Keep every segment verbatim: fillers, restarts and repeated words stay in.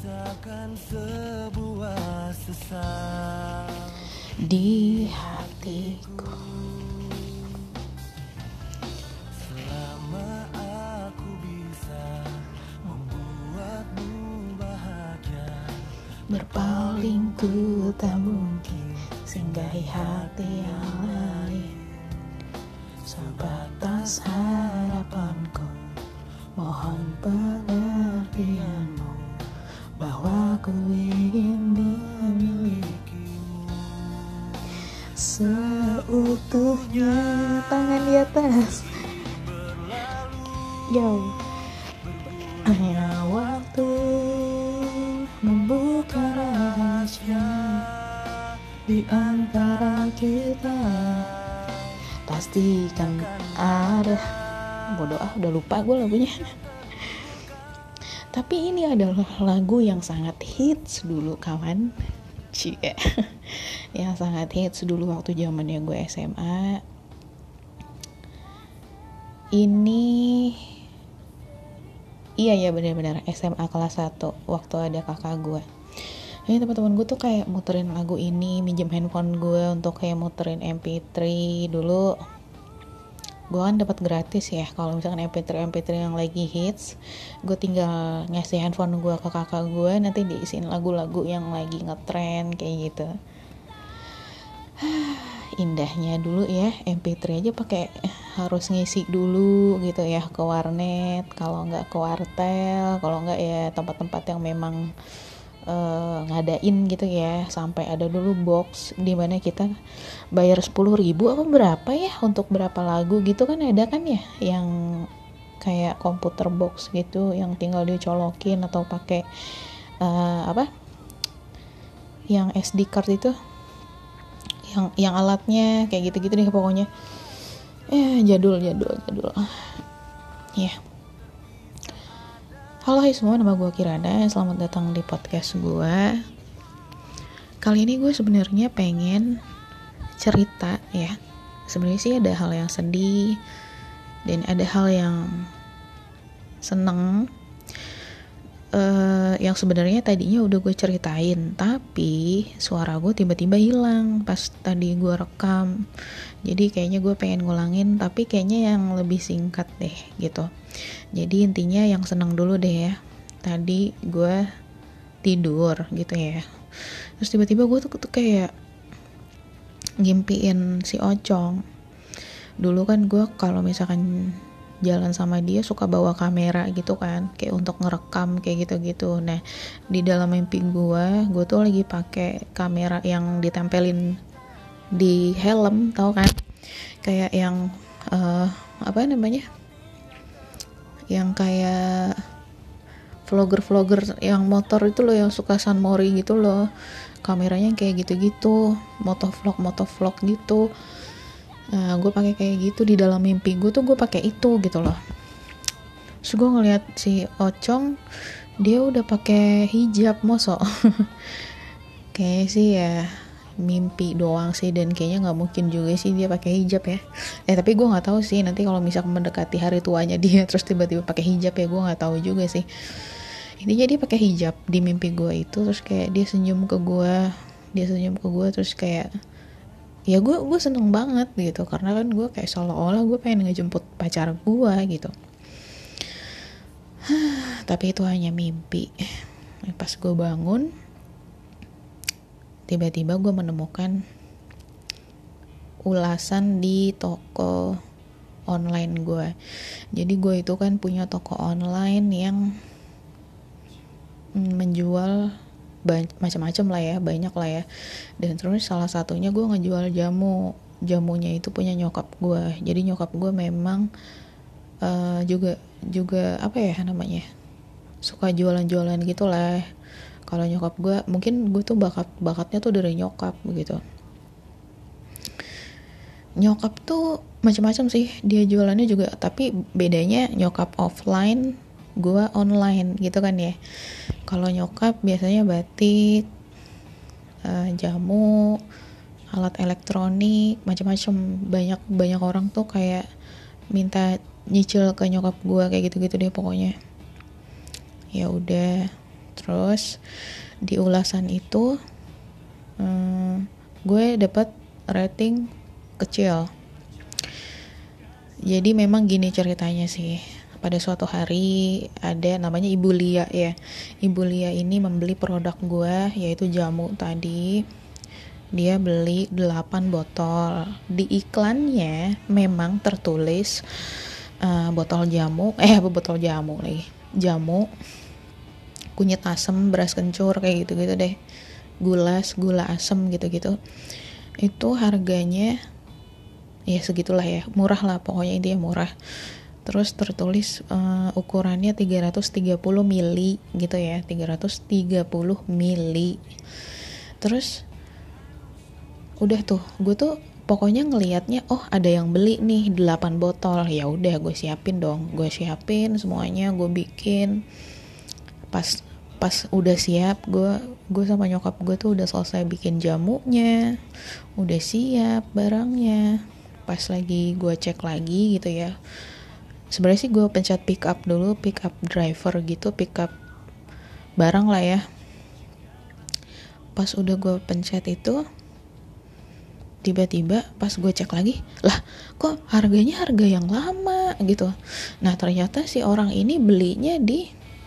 di hatiku. Berpaling ku tak mungkin singgahi hati yang lain. Sebatas harapanku, mohon pengertianmu bahwa ku ingin memilikimu seutuhnya. Tangan di atas. Yo. Hanya waktu membuka rahasia di antara kita. Pastikan ada. Bodoh ah, udah lupa gue lagunya. Tapi ini adalah lagu yang sangat hits dulu kawan. Cie. Yang sangat hits dulu waktu zamannya gue S M A. Ini Iya ya benar-benar S M A kelas satu waktu ada kakak gue. Ini teman-teman gue tuh kayak muterin lagu ini, minjem handphone gue untuk kayak muterin M P three dulu. Gue kan dapat gratis ya kalau misalkan M P three M P three yang lagi hits, gue tinggal ngasih handphone gue ke kakak gue, nanti diisiin lagu-lagu yang lagi ngetren kayak gitu. Indahnya dulu ya, M P three aja pakai harus ngisi dulu gitu ya ke warnet, kalau nggak ke wartel, kalau nggak ya tempat-tempat yang memang uh, ngadain gitu ya, sampai ada dulu box di mana kita bayar sepuluh ribu apa berapa ya untuk berapa lagu gitu kan, ada kan ya yang kayak komputer box gitu yang tinggal dicolokin atau pakai uh, apa yang S D card itu, yang yang alatnya kayak gitu-gitu deh pokoknya. Eh jadul jadul jadul. Ya. Yeah. Halo hai semua, nama gue Kirana. Selamat datang di podcast gue. Kali ini gue sebenarnya pengen cerita ya. Sebenarnya sih ada hal yang sedih dan ada hal yang seneng. Uh, yang sebenarnya tadinya udah gue ceritain, tapi suara gue tiba-tiba hilang pas tadi gue rekam. Jadi kayaknya gue pengen ngulangin, tapi kayaknya yang lebih singkat deh gitu. Jadi intinya yang seneng dulu deh ya. Tadi gue tidur gitu ya, terus tiba-tiba gue tuh, tuh kayak ngimpiin si Ocong. Dulu kan gue kalau misalkan jalan sama dia suka bawa kamera gitu kan, kayak untuk ngerekam kayak gitu-gitu. Nah di dalam mimpi gue, gue tuh lagi pakai kamera yang ditempelin di helm, tau kan? Kayak yang uh, apa namanya? Yang kayak vlogger-vlogger yang motor itu loh, yang suka San Mori gitu loh. Kameranya kayak gitu-gitu, motovlog motovlog gitu. Nah, gue pakai kayak gitu di dalam mimpi gue tuh, gue pakai itu gitu loh. Terus gue ngeliat si Ocong, dia udah pakai hijab, mosok. Kayaknya sih ya mimpi doang sih, dan kayaknya nggak mungkin juga sih dia pakai hijab ya. Eh tapi gue nggak tahu sih, nanti kalau misalkan mendekati hari tuanya dia terus tiba-tiba pakai hijab ya, gue nggak tahu juga sih. Intinya dia pakai hijab di mimpi gue itu, terus kayak dia senyum ke gue, dia senyum ke gue terus kayak ya gue gue seneng banget gitu, karena kan gue kayak seolah-olah gue pengen ngejemput pacar gue gitu. Tapi itu hanya mimpi. Pas gue bangun, tiba-tiba gue menemukan ulasan di toko online gue. Jadi gue itu kan punya toko online yang menjual Ban- macam-macam lah ya, banyak lah ya. Dan terus salah satunya gue ngejual jamu. Jamunya itu punya nyokap gue. Jadi nyokap gue memang uh, juga juga apa ya namanya, suka jualan-jualan gitulah. Kalau nyokap gue, mungkin gue tuh bakat bakatnya tuh dari nyokap begitu. Nyokap tuh macam-macam sih dia jualannya juga, tapi bedanya nyokap offline, gue online gitu kan ya. Kalau nyokap biasanya batik, uh, jamu, alat elektronik, macam-macam. Banyak banyak orang tuh kayak minta nyicil ke nyokap gue kayak gitu-gitu deh pokoknya. Ya udah, Terus di ulasan itu hmm, gue dapat rating kecil. Jadi memang gini ceritanya sih. Pada suatu hari ada namanya Ibu Lia ya. Ibu Lia ini membeli produk gue, yaitu jamu tadi. Dia beli delapan botol. Di iklannya memang tertulis uh, botol jamu, eh apa botol jamu lagi. Jamu, kunyit asem, beras kencur kayak gitu-gitu deh. Gulas, gula asem gitu-gitu. Itu harganya ya segitulah ya, murah lah pokoknya, intinya murah. Terus tertulis uh, ukurannya tiga ratus tiga puluh mili gitu ya, tiga ratus tiga puluh mili. Terus udah tuh, gue tuh pokoknya ngelihatnya, oh ada yang beli nih delapan botol, ya udah gue siapin dong, gue siapin semuanya, gue bikin. Pas pas udah siap, gue gue sama nyokap gue tuh udah selesai bikin jamunya, udah siap barangnya. Pas lagi gue cek lagi gitu ya, sebenarnya sih gue pencet pick up dulu, pick up driver gitu, pick up barang lah ya. Pas udah gue pencet itu, tiba-tiba pas gue cek lagi, lah kok harganya harga yang lama gitu. Nah ternyata si orang ini belinya di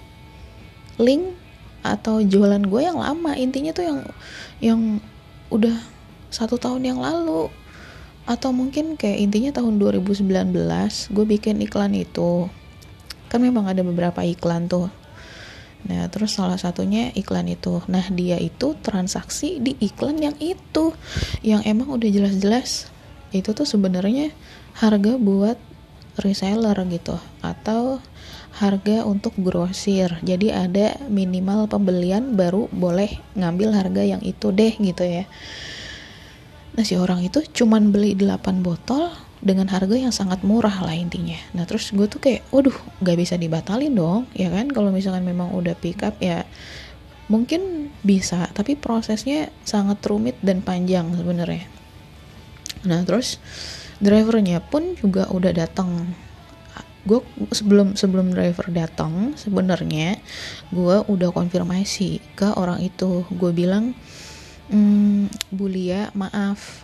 link atau jualan gue yang lama, intinya tuh yang yang udah satu tahun yang lalu. Atau mungkin kayak intinya tahun dua ribu sembilan belas gue bikin iklan itu. Kan memang ada beberapa iklan tuh. Nah terus salah satunya iklan itu. Nah dia itu transaksi di iklan yang itu, yang emang udah jelas-jelas itu tuh sebenarnya harga buat reseller gitu, atau harga untuk grosir. Jadi ada minimal pembelian baru boleh ngambil harga yang itu deh gitu ya. Nah si orang itu cuman beli delapan botol dengan harga yang sangat murah lah intinya. Nah terus gue tuh kayak, waduh gak bisa dibatalin dong, ya kan? Kalau misalkan memang udah pick up ya mungkin bisa, tapi prosesnya sangat rumit dan panjang sebenarnya. Nah terus drivernya pun juga udah datang. Gue sebelum sebelum driver datang sebenarnya gue udah konfirmasi ke orang itu. Gue bilang, Hmm, Bu Lia, maaf,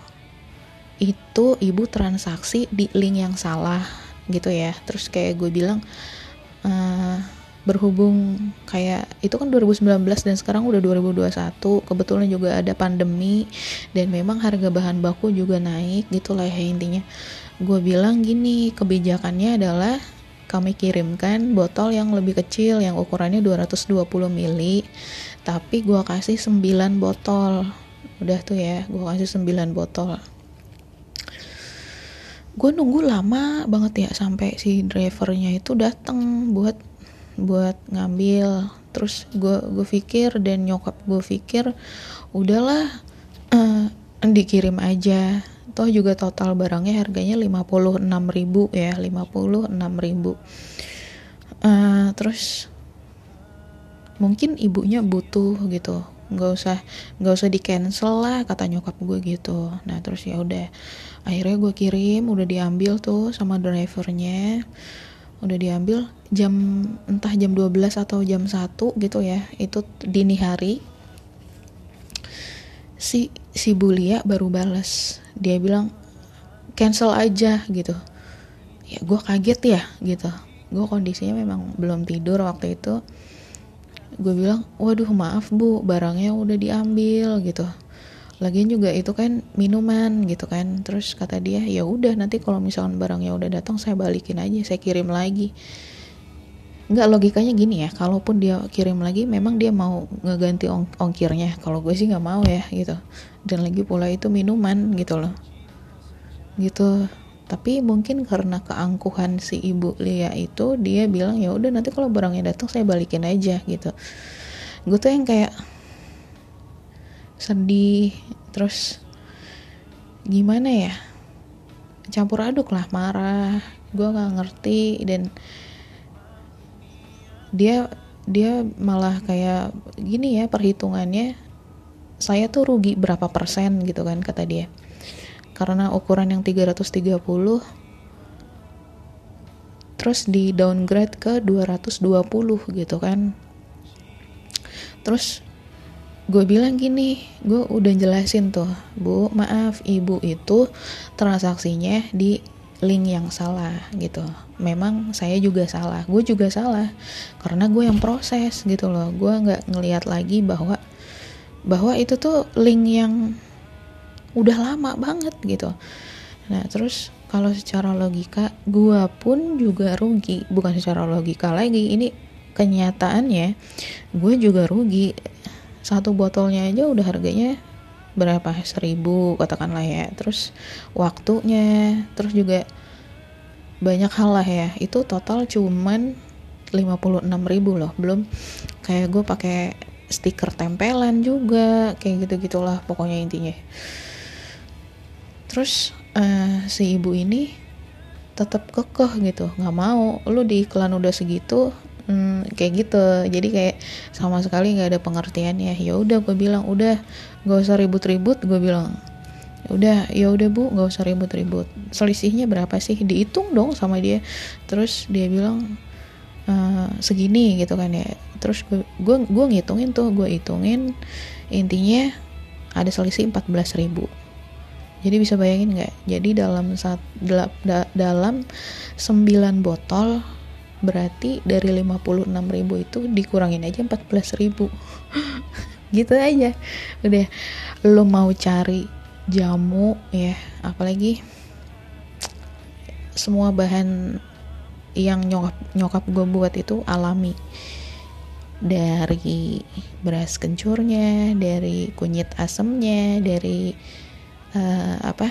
itu ibu transaksi di link yang salah gitu ya. Terus kayak gue bilang, uh, berhubung kayak itu kan dua ribu sembilan belas dan sekarang udah dua ribu dua puluh satu, kebetulan juga ada pandemi dan memang harga bahan baku juga naik gitulah ya intinya. Gue bilang gini, kebijakannya adalah kami kirimkan botol yang lebih kecil yang ukurannya dua ratus dua puluh mili, tapi gue kasih sembilan botol. Udah tuh ya, gue kasih sembilan botol. Gue nunggu lama banget ya sampai si drivernya itu datang buat buat ngambil. Terus gue gue pikir dan nyokap gue pikir udahlah, uh, dikirim aja. Toh juga total barangnya harganya lima puluh enam ribu ya, lima puluh enam ribu. Uh, terus mungkin ibunya butuh gitu, nggak usah nggak usah di cancel lah kata nyokap gue gitu. Nah terus ya udah, akhirnya gue kirim, udah diambil tuh sama drivernya, udah diambil jam entah jam dua belas atau jam satu gitu ya, itu dini hari. Si si Bu Lia baru balas, dia bilang cancel aja gitu. Ya gue kaget ya gitu, gue kondisinya memang belum tidur waktu itu. Gue bilang, waduh maaf bu, barangnya udah diambil gitu. Lagian juga itu kan minuman gitu kan. Terus kata dia, ya udah nanti kalau misalkan barangnya udah datang saya balikin aja, saya kirim lagi. Enggak, logikanya gini ya, kalaupun dia kirim lagi memang dia mau ngeganti ong- ongkirnya. Kalau gue sih nggak mau ya gitu. Dan lagi pula itu minuman gitu loh. Gitu. Tapi mungkin karena keangkuhan si Ibu Lia itu, dia bilang ya udah nanti kalau barangnya datang saya balikin aja gitu. Gue tuh yang kayak sedih, terus gimana ya, campur aduk lah, marah, gue nggak ngerti. Dan dia dia malah kayak gini ya perhitungannya, saya tuh rugi berapa persen gitu kan kata dia, karena ukuran yang tiga ratus tiga puluh terus di downgrade ke dua ratus dua puluh gitu kan. Terus gue bilang gini, gue udah jelasin tuh, bu maaf ibu itu transaksinya di link yang salah gitu. Memang saya juga salah, gue juga salah karena gue yang proses gitu loh. Gue nggak ngelihat lagi bahwa bahwa itu tuh link yang udah lama banget gitu. Nah terus kalau secara logika gue pun juga rugi, bukan secara logika lagi, ini kenyataannya gue juga rugi. Satu botolnya aja udah harganya berapa, seribu katakanlah ya, terus waktunya, terus juga banyak hal lah ya, itu total cuman lima puluh enam ribu loh, belum kayak gue pakai stiker tempelan juga, kayak gitu gitulah pokoknya intinya. Terus uh, si ibu ini tetap kekeh gitu, nggak mau, lu di iklan udah segitu. Hmm, kayak gitu, jadi kayak sama sekali nggak ada pengertiannya. Ya udah gue bilang udah nggak usah ribut-ribut, gue bilang udah ya udah bu nggak usah ribut-ribut, selisihnya berapa sih, dihitung dong sama dia. Terus dia bilang e, segini gitu kan ya. Terus gue gue gue ngitungin tuh, gue hitungin intinya ada selisih empat belas ribu. Jadi bisa bayangin nggak, jadi dalam saat da, dalam sembilan botol berarti dari lima puluh enam ribu itu dikurangin aja empat belas ribu. Gitu aja. Udah, lo mau cari jamu ya, apalagi semua bahan yang nyokap nyokap gue buat itu alami, dari beras kencurnya, dari kunyit asemnya, dari uh, apa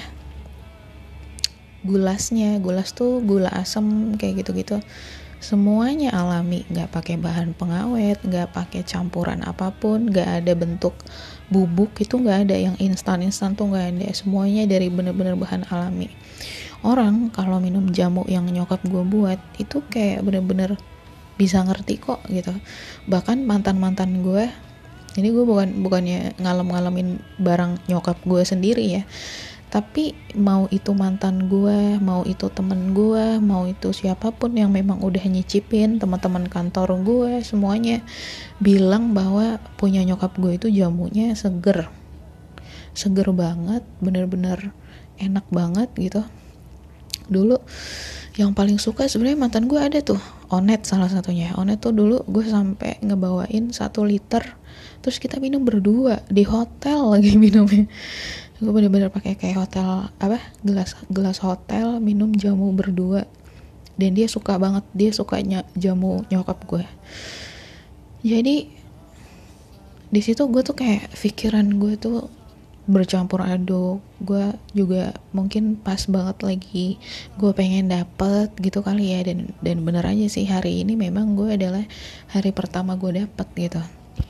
gulasnya, gulas tuh gula asam kayak gitu-gitu, semuanya alami, nggak pakai bahan pengawet, nggak pakai campuran apapun, nggak ada bentuk bubuk, itu nggak ada, yang instan-instan tuh nggak ada, semuanya dari bener-bener bahan alami. Orang kalau minum jamu yang nyokap gue buat itu kayak bener-bener bisa ngerti kok gitu. Bahkan mantan-mantan gue, ini gue bukan bukannya ngalem-ngalemin barang nyokap gue sendiri ya, tapi mau itu mantan gue, mau itu temen gue, mau itu siapapun yang memang udah nyicipin, teman-teman kantor gue, semuanya bilang bahwa punya nyokap gue itu jamunya seger, seger banget, bener-bener enak banget gitu. Dulu yang paling suka sebenarnya mantan gue ada tuh, Onet salah satunya. Onet tuh dulu gue sampai ngebawain satu liter, terus kita minum berdua di hotel lagi minumnya. Gue bener-bener pakai kayak hotel apa gelas gelas hotel, minum jamu berdua, dan dia suka banget, dia sukanya jamu nyokap gue. Jadi di situ gue tuh kayak pikiran gue tuh bercampur aduk. Gue juga mungkin pas banget lagi gue pengen dapet gitu kali ya, dan dan bener aja sih hari ini memang gue adalah hari pertama gue dapet gitu.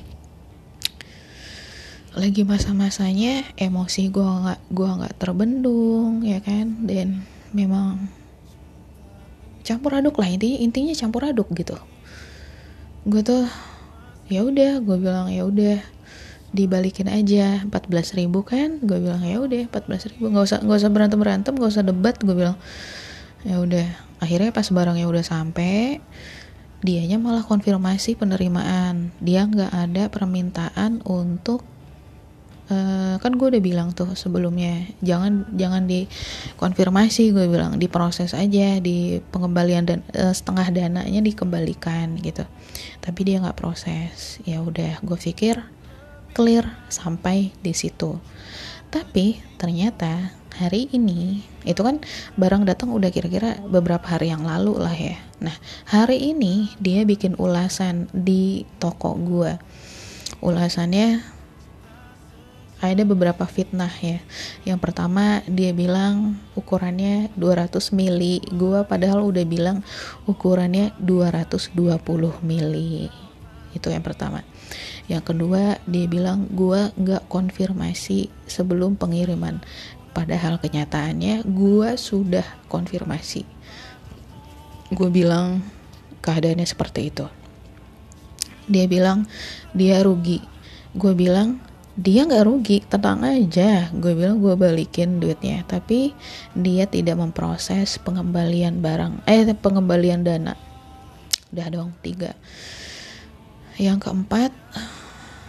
Lagi masa-masanya emosi gue nggak gue nggak terbendung ya kan, dan memang campur aduk lah, intinya intinya campur aduk gitu. Gue tuh ya udah, gue bilang ya udah dibalikin aja empat belas ribu kan, gue bilang ya udah empat belas ribu, nggak usah nggak usah berantem berantem nggak usah debat, gue bilang ya udah. Akhirnya pas barangnya udah sampai, dianya malah konfirmasi penerimaan, dia nggak ada permintaan untuk Uh, kan gue udah bilang tuh sebelumnya jangan jangan dikonfirmasi, gue bilang diproses aja, di pengembalian dan uh, setengah dananya dikembalikan gitu, tapi dia nggak proses. Ya udah, gue pikir clear sampai di situ. Tapi ternyata hari ini itu kan barang datang udah kira-kira beberapa hari yang lalu lah ya. Nah hari ini dia bikin ulasan di toko gue. Ulasannya ada beberapa fitnah ya. Yang pertama dia bilang ukurannya dua ratus mili, gue padahal udah bilang ukurannya dua ratus dua puluh mili. Itu yang pertama. Yang kedua dia bilang gue gak konfirmasi sebelum pengiriman, padahal kenyataannya gue sudah konfirmasi. Gue bilang keadaannya seperti itu. Dia bilang dia rugi. Gue bilang dia nggak rugi, tenang aja. Gue bilang gue balikin duitnya, tapi dia tidak memproses pengembalian barang, eh pengembalian dana. Udah dong, tiga. Yang keempat,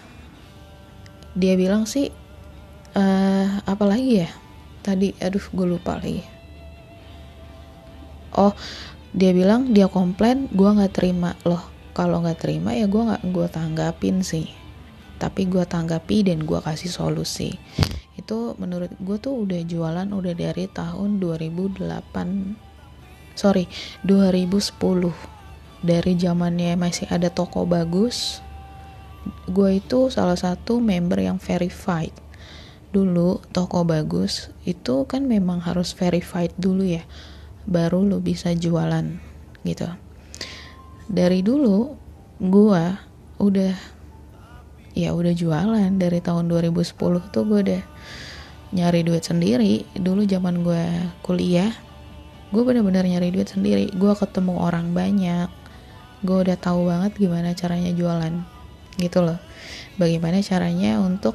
Dia bilang sih uh, apa lagi ya tadi, aduh gue lupa lagi. Oh, dia bilang dia komplain gue nggak terima. Loh, kalau nggak terima ya gue nggak gue tanggapin sih, tapi gue tanggapi dan gue kasih solusi. Itu menurut gue tuh udah jualan udah dari tahun dua ribu delapan, sorry dua ribu sepuluh, dari zamannya masih ada Toko Bagus. Gue itu salah satu member yang verified. Dulu Toko Bagus itu kan memang harus verified dulu ya, baru lu bisa jualan gitu. Dari dulu gue udah ya udah jualan dari tahun dua ribu sepuluh tuh gue udah nyari duit sendiri. Dulu zaman gue kuliah, gue benar-benar nyari duit sendiri. Gue ketemu orang banyak, gue udah tahu banget gimana caranya jualan gitu loh, bagaimana caranya untuk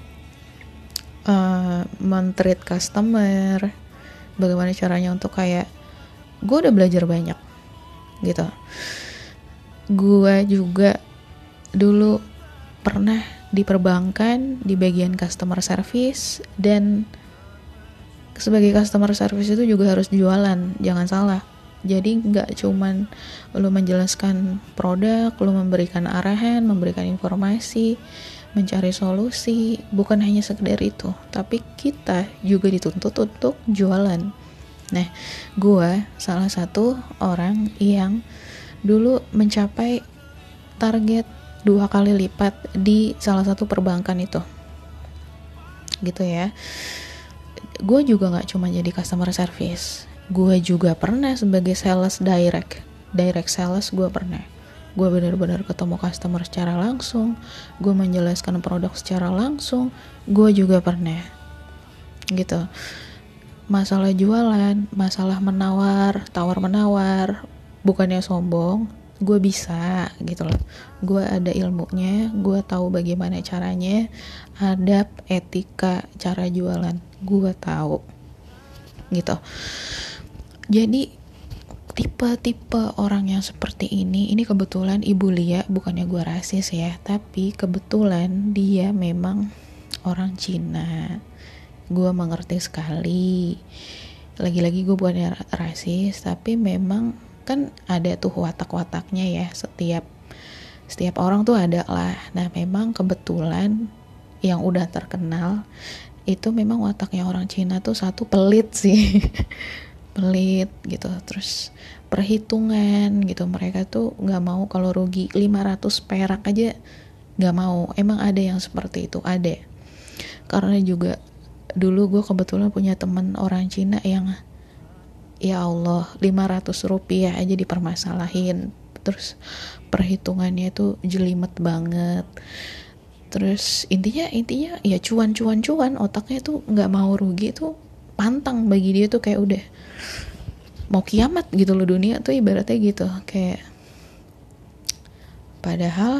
uh, men-treat customer, bagaimana caranya untuk kayak gue udah belajar banyak gitu. Gue juga dulu pernah di perbankan di bagian customer service, dan sebagai customer service itu juga harus jualan, jangan salah. Jadi nggak cuman lu menjelaskan produk, lu memberikan arahan, memberikan informasi, mencari solusi, bukan hanya sekedar itu, tapi kita juga dituntut untuk jualan. Nah, gue salah satu orang yang dulu mencapai target dua kali lipat di salah satu perbankan itu, gitu ya. Gue juga nggak cuma jadi customer service, gue juga pernah sebagai sales direct, direct sales gue pernah. Gue benar-benar ketemu customer secara langsung, gue menjelaskan produk secara langsung, gue juga pernah, gitu. Masalah jualan, masalah menawar, tawar-menawar, bukannya sombong, gue bisa gitu loh. Gue ada ilmunya, gue tahu bagaimana caranya, adab, etika, cara jualan, gue tahu gitu. Jadi tipe-tipe orang yang seperti ini, ini kebetulan Ibu Lia, bukannya gue rasis ya, tapi kebetulan dia memang orang Cina. Gue mengerti sekali. Lagi-lagi gue bukannya rasis, tapi memang kan ada tuh watak-wataknya ya, setiap setiap orang tuh ada lah. Nah memang kebetulan yang udah terkenal itu memang wataknya orang Cina tuh satu, pelit sih. Pelit gitu, terus perhitungan gitu. Mereka tuh nggak mau kalau rugi lima ratus perak aja nggak mau. Emang ada yang seperti itu, ada. Karena juga dulu gue kebetulan punya teman orang Cina yang ya Allah lima ratus rupiah aja dipermasalahin, terus perhitungannya tuh jelimet banget. Terus intinya intinya ya cuan cuan cuan, otaknya tuh nggak mau rugi tuh pantang bagi dia tuh, kayak udah mau kiamat gitu loh dunia tuh ibaratnya gitu. Kayak padahal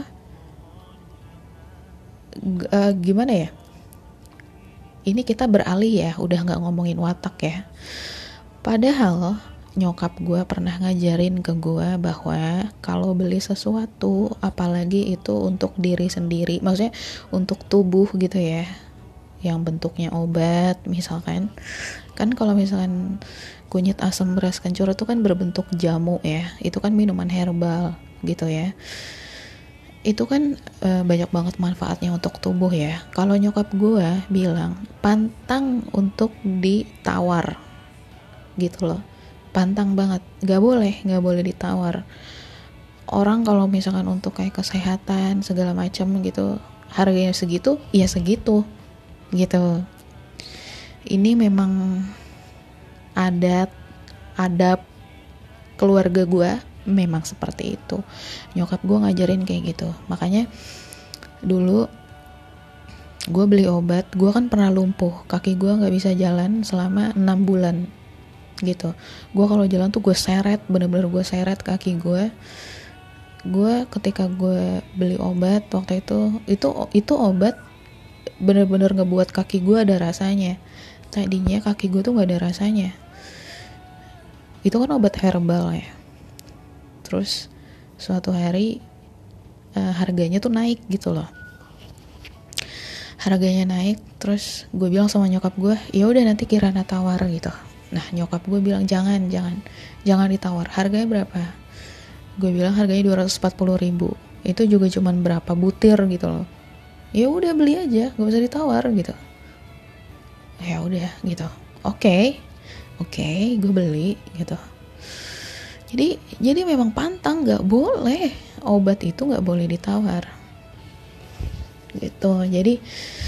uh, gimana ya, ini kita beralih ya, udah nggak ngomongin watak ya. Padahal nyokap gue pernah ngajarin ke gue bahwa kalau beli sesuatu, apalagi itu untuk diri sendiri, maksudnya untuk tubuh gitu ya, yang bentuknya obat misalkan, kan kalau misalkan kunyit asam beras kencur itu kan berbentuk jamu ya, itu kan minuman herbal gitu ya, itu kan e, banyak banget manfaatnya untuk tubuh ya. Kalau nyokap gue bilang pantang untuk ditawar gitu loh, pantang banget, gak boleh gak boleh ditawar. Orang kalau misalkan untuk kayak kesehatan segala macam gitu, harganya segitu ya segitu gitu. Ini memang adat adab keluarga gue memang seperti itu. Nyokap gue ngajarin kayak gitu. Makanya dulu gue beli obat, gue kan pernah lumpuh, kaki gue nggak bisa jalan selama enam bulan gitu. Gue kalau jalan tuh gue seret, bener-bener gue seret kaki gue. Gue ketika gue beli obat waktu itu, itu itu obat bener-bener ngebuat kaki gue ada rasanya. Tadinya kaki gue tuh nggak ada rasanya. Itu kan obat herbal ya. Terus suatu hari uh, harganya tuh naik gitu loh. harganya naik. Terus gue bilang sama nyokap gue, ya udah nanti Kirana tawar gitu. Nah nyokap gue bilang jangan jangan jangan ditawar, harganya berapa? Gue bilang harganya dua ratus empat puluh ribu, itu juga cuman berapa butir gitu loh. Ya udah beli aja, gak usah ditawar gitu. Ya udah gitu, oke okay. oke okay, gue beli gitu. Jadi jadi memang pantang, nggak boleh, obat itu nggak boleh ditawar gitu. Jadi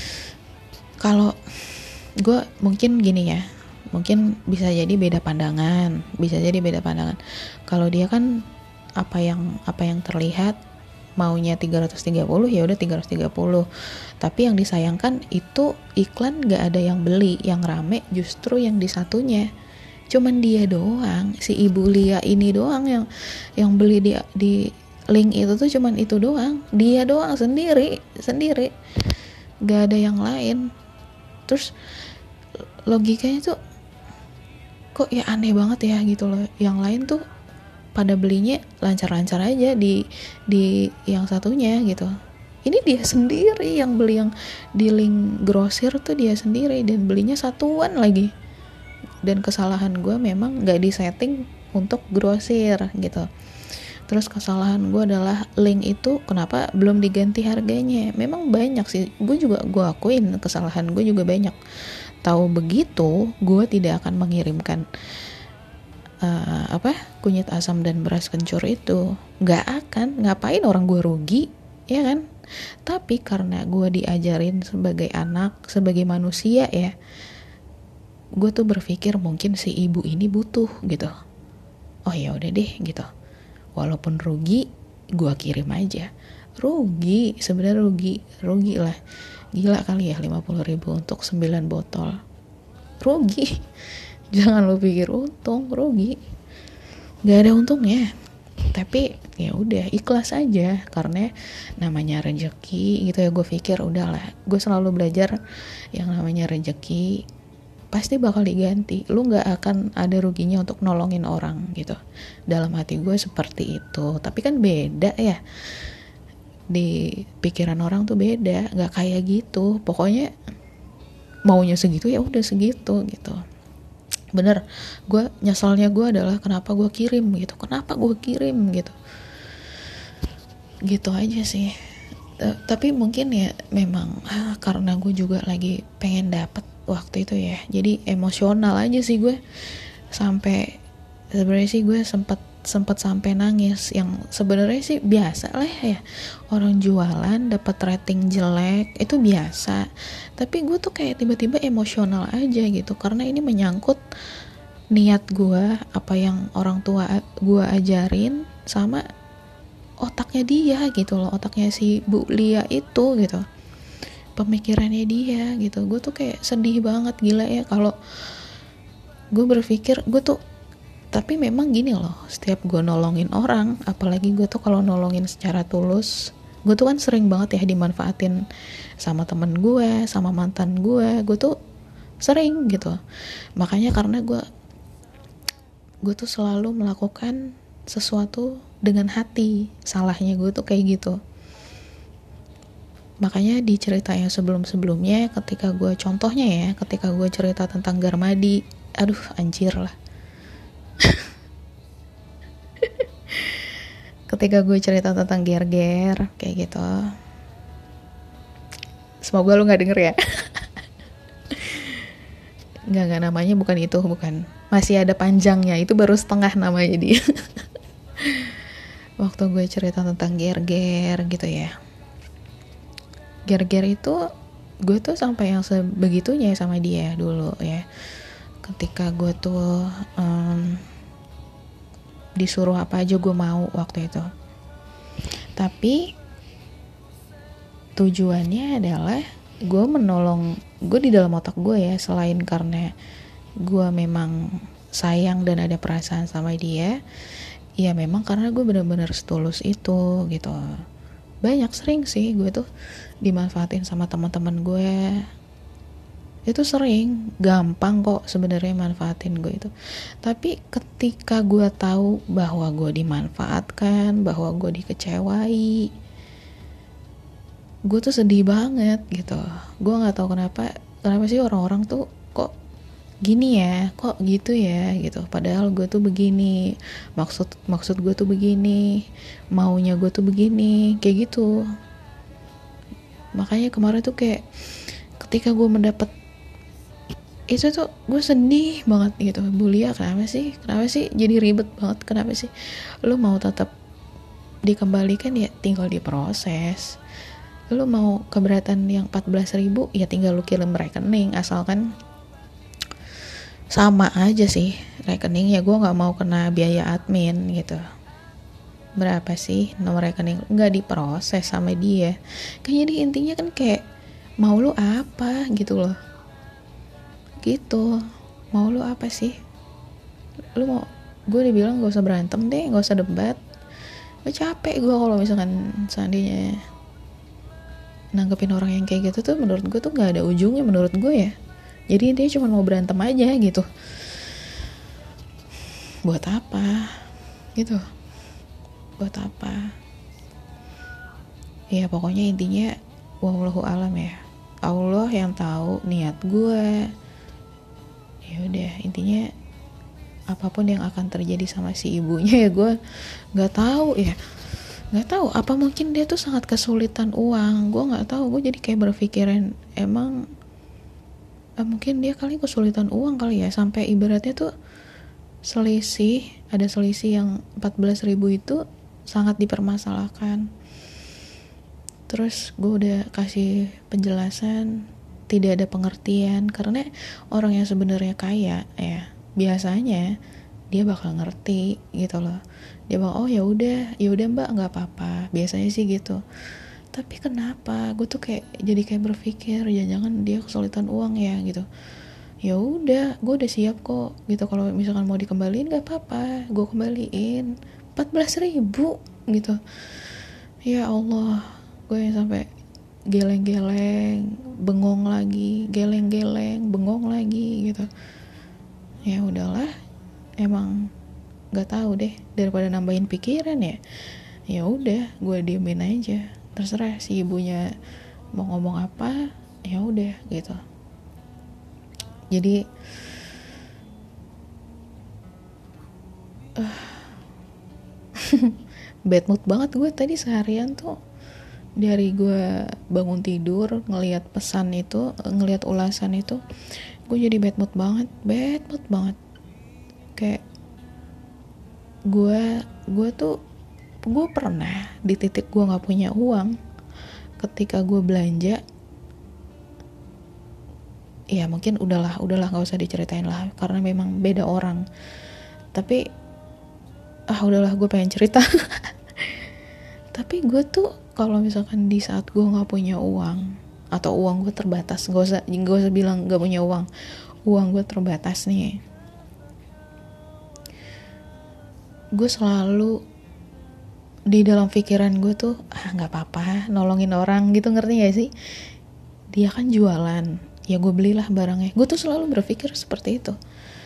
kalau gue mungkin gini ya, mungkin bisa jadi beda pandangan, bisa jadi beda pandangan. Kalau dia kan apa yang apa yang terlihat maunya tiga ratus tiga puluh, ya udah tiga ratus tiga puluh. Tapi yang disayangkan itu iklan nggak ada yang beli, yang rame justru yang di satunya. Cuman dia doang, si Ibu Lia ini doang yang yang beli di di link itu tuh cuman itu doang, dia doang sendiri sendiri, gak ada yang lain. Terus logikanya tuh kok ya aneh banget ya gitu loh. Yang lain tuh pada belinya lancar-lancar aja di di yang satunya gitu. Ini dia sendiri yang beli, yang di link grosir tuh dia sendiri dan belinya satuan lagi. Dan kesalahan gue memang gak disetting untuk grosir gitu. Terus kesalahan gue adalah link itu kenapa belum diganti harganya. Memang banyak sih, gue juga gue akuin kesalahan gue juga banyak. Tahu begitu gue tidak akan mengirimkan uh, apa kunyit asam dan beras kencur itu. Gak akan, ngapain orang gue rugi, ya kan. Tapi karena gue diajarin sebagai anak, sebagai manusia ya, gue tuh berpikir mungkin si ibu ini butuh gitu. Oh ya udah deh gitu. Walaupun rugi, gue kirim aja. Rugi, sebenarnya rugi, rugi lah. Gila kali ya lima puluh ribu untuk sembilan botol. Rugi. Jangan lo pikir untung, rugi. Gak ada untungnya. Tapi ya udah ikhlas aja karena namanya rezeki gitu ya. Gue pikir udahlah. Gue selalu belajar yang namanya rezeki pasti bakal diganti. Lu gak akan ada ruginya untuk nolongin orang gitu. Dalam hati gue seperti itu. Tapi kan beda ya, di pikiran orang tuh beda, gak kayak gitu. Pokoknya maunya segitu ya udah segitu gitu. Bener, gue nyesalnya gue adalah kenapa gue kirim gitu, kenapa gue kirim gitu gitu aja sih. Uh, tapi mungkin ya memang ah, karena gue juga lagi pengen dapet waktu itu ya, jadi emosional aja sih gue. Sampai sebenarnya sih gue sempat sempat sampai nangis, yang sebenarnya sih biasa lah ya, orang jualan dapat rating jelek itu biasa. Tapi gue tuh kayak tiba-tiba emosional aja gitu, karena ini menyangkut niat gue, apa yang orang tua gue ajarin, sama otaknya dia gitu loh, otaknya si Bu Lia itu gitu, pemikirannya dia gitu. Gue tuh kayak sedih banget, gila ya kalau gue berpikir gue tuh. Tapi memang gini loh, setiap gue nolongin orang, apalagi gue tuh kalau nolongin secara tulus, gue tuh kan sering banget ya dimanfaatin sama temen gue, sama mantan gue, gue tuh sering gitu. Makanya karena gue gue tuh selalu melakukan sesuatu dengan hati, salahnya gue tuh kayak gitu. Makanya di cerita yang sebelum-sebelumnya, ketika gue contohnya ya, ketika gue cerita tentang Garmadi, aduh anjir lah. Ketika gue cerita tentang ger-ger kayak gitu, semoga lu nggak denger ya. nggak nggak namanya bukan itu, bukan, masih ada panjangnya, itu baru setengah namanya dia. Waktu gue cerita tentang ger-ger gitu ya, ger-ger itu gue tuh sampai yang sebegitunya sama dia dulu ya. Ketika gue tuh um, disuruh apa aja gue mau waktu itu. Tapi tujuannya adalah gue menolong, gue di dalam otak gue ya, selain karena gue memang sayang dan ada perasaan sama dia, ya memang karena gue benar-benar setulus itu gitu. Banyak sering sih gue tuh dimanfaatin sama teman-teman gue. Itu sering, gampang kok sebenarnya manfaatin gue itu. Tapi ketika gue tahu bahwa gue dimanfaatkan, bahwa gue dikecewai, gue tuh sedih banget gitu. Gue nggak tahu kenapa kenapa sih orang-orang tuh kok gini ya, kok gitu ya gitu. Padahal gue tuh begini, maksud maksud gue tuh begini, maunya gue tuh begini, kayak gitu. Makanya kemarin tuh kayak ketika gue mendapat itu tuh gue sedih banget gitu. Bulia, kenapa sih kenapa sih jadi ribet banget, kenapa sih lu mau tetap dikembalikan ya tinggal diproses. Lu mau keberatan yang empat belas ribu ya tinggal lu kirim rekening, asalkan sama aja sih rekeningnya. Gue nggak mau kena biaya admin gitu. Berapa sih nomor rekening, nggak diproses sama dia kan. Jadi intinya kan kayak mau lu apa gitu loh, gitu. Mau lu apa sih, lu mau, gue dibilang gak usah berantem deh, gak usah debat. Gue capek gue kalau misalkan seandainya nanggepin orang yang kayak gitu tuh. Menurut gue tuh gak ada ujungnya menurut gue ya. Jadi dia cuma mau berantem aja gitu. Buat apa gitu, buat apa ya. Pokoknya intinya wallahu alam ya, Allah yang tahu niat gue. Ya udah, intinya apapun yang akan terjadi sama si ibunya ya gue nggak tahu ya, nggak tahu apa mungkin dia tuh sangat kesulitan uang. Gue nggak tahu, gue jadi kayak berpikiran emang eh, mungkin dia kali kesulitan uang kali ya, sampai ibaratnya tuh selisih, ada selisih yang empat belas ribu itu sangat dipermasalahkan. Terus gue udah kasih penjelasan, tidak ada pengertian. Karena orang yang sebenarnya kaya ya biasanya dia bakal ngerti gitu loh. Dia bakal, oh ya udah, ya udah mbak, nggak apa-apa. Biasanya sih gitu. Tapi kenapa gue tuh kayak jadi kayak berpikir jangan-jangan dia kesulitan uang ya gitu. Ya udah, gue udah siap kok gitu. Kalau misalkan mau dikembaliin nggak apa-apa, gue kembaliin empat belas ribu gitu. Ya Allah, gue yang sampai geleng-geleng, bengong lagi, geleng-geleng, bengong lagi gitu. Ya udahlah, emang nggak tahu deh, daripada nambahin pikiran ya. Ya udah, gue diemin aja. Terserah si ibunya mau ngomong apa, ya udah gitu. Jadi uh, bad mood banget gue tadi seharian tuh. Dari gue bangun tidur ngelihat pesan itu, ngelihat ulasan itu, gue jadi bad mood banget, bad mood banget. Kayak gue gue tuh gue pernah di titik gue nggak punya uang ketika gue belanja. Ya mungkin udahlah udahlah nggak usah diceritain lah karena memang beda orang. Tapi ah udahlah, gue pengen cerita. Tapi gue tuh kalau misalkan di saat gue nggak punya uang atau uang gue terbatas, gak usah gak usah bilang nggak punya uang, uang gue terbatas nih, gue selalu di dalam pikiran gue tuh ah nggak apa-apa nolongin orang gitu, ngerti gak sih? Dia kan jualan, ya gue belilah barangnya. Gue tuh selalu berpikir seperti itu.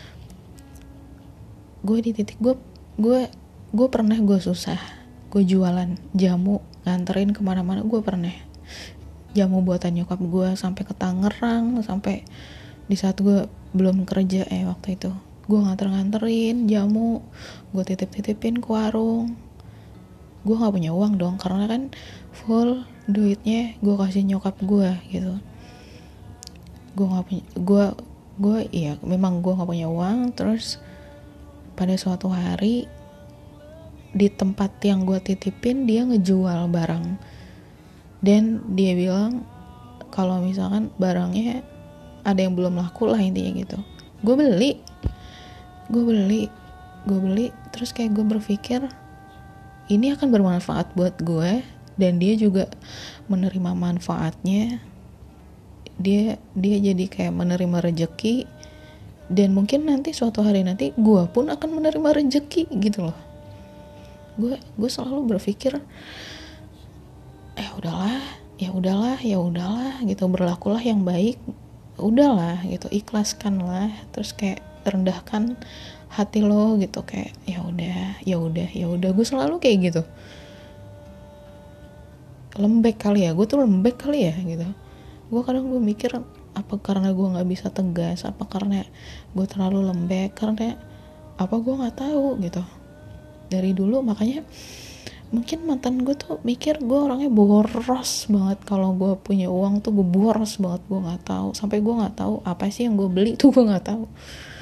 Gue di titik gue gue gue pernah gue susah, gue jualan jamu nganterin kemana-mana. Gue pernah jamu buatan nyokap gue sampai ke Tangerang, sampai di saat gue belum kerja eh waktu itu gue nganter-nganterin jamu, gue titip-titipin ke warung. Gue nggak punya uang dong karena kan full duitnya gue kasih nyokap gue gitu. Gue nggak punya, gue gue iya memang gue nggak punya uang. Terus pada suatu hari di tempat yang gue titipin dia ngejual barang, dan dia bilang kalau misalkan barangnya ada yang belum laku lah, intinya gitu. Gue beli gue beli gue beli terus kayak gue berpikir ini akan bermanfaat buat gue, dan dia juga menerima manfaatnya. Dia dia jadi kayak menerima rezeki, dan mungkin nanti suatu hari nanti gue pun akan menerima rezeki gitu loh. Gue gue selalu berpikir eh udahlah ya udahlah ya udahlah gitu, berlakulah yang baik, udahlah gitu, ikhlaskanlah. Terus kayak rendahkan hati lo gitu, kayak ya udah ya udah ya udah. Gue selalu kayak gitu. lembek kali ya, gue tuh lembek kali ya gitu. Gue kadang gue mikir, apa karena gue nggak bisa tegas, apa karena gue terlalu lembek, karena apa gue nggak tahu gitu dari dulu. Makanya mungkin mantan gue tuh mikir gue orangnya boros banget, kalau gue punya uang tuh gue boros banget. Gue nggak tahu, sampai gue nggak tahu apa sih yang gue beli tuh, gue nggak tahu,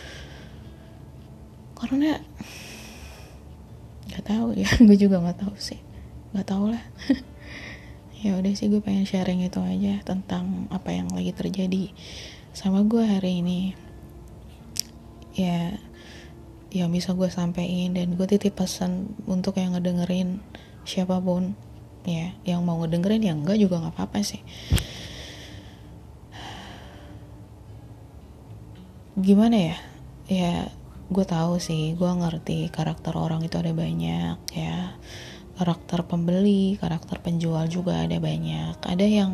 karena nggak tahu ya. Gue juga nggak tahu sih, nggak tahu lah. Ya udah sih, gue pengen sharing itu aja tentang apa yang lagi terjadi sama gue hari ini. Ya, yang bisa gue sampein, dan gue titip pesan untuk yang ngedengerin siapapun ya, yang mau ngedengerin, yang enggak juga nggak apa-apa sih. Gimana ya, ya gue tahu sih, gue ngerti karakter orang itu ada banyak ya, karakter pembeli, karakter penjual juga ada banyak. Ada yang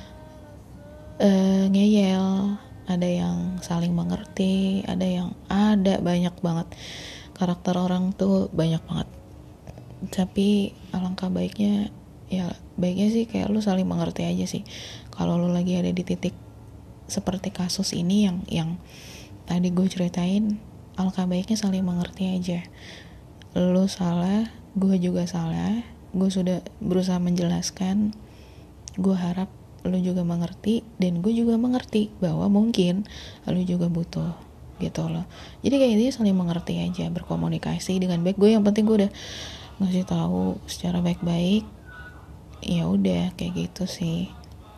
uh, ngeyel, ada yang saling mengerti, ada yang ada banyak banget. Karakter orang tuh banyak banget. Tapi alangkah baiknya, ya baiknya sih kayak lu saling mengerti aja sih. Kalau lu lagi ada di titik seperti kasus ini yang yang tadi gue ceritain, alangkah baiknya saling mengerti aja. Lu salah, gue juga salah, gue sudah berusaha menjelaskan. Gue harap lu juga mengerti, dan gue juga mengerti bahwa mungkin lu juga butuh gitu loh. Jadi kayak ini saling mengerti aja, berkomunikasi dengan baik. Gue yang penting gue udah ngasih tahu secara baik-baik, ya udah kayak gitu sih.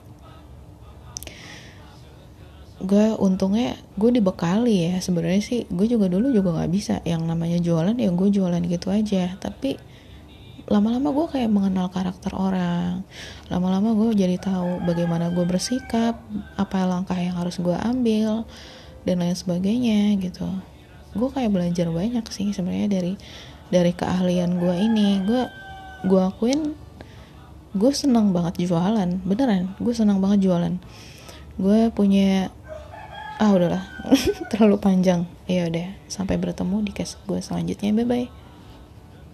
Gue untungnya gue dibekali ya. Sebenarnya sih gue juga dulu juga nggak bisa yang namanya jualan, ya gue jualan gitu aja. Tapi lama-lama gue kayak mengenal karakter orang, lama-lama gue jadi tahu bagaimana gue bersikap, apa langkah yang harus gue ambil, dan lain sebagainya gitu. Gue kayak belajar banyak sih sebenarnya dari dari keahlian gue ini. Gue gue akuin gue senang banget jualan, beneran gue senang banget jualan. Gue punya ah udahlah terlalu panjang. Ya udah, sampai bertemu di case gue selanjutnya, bye bye.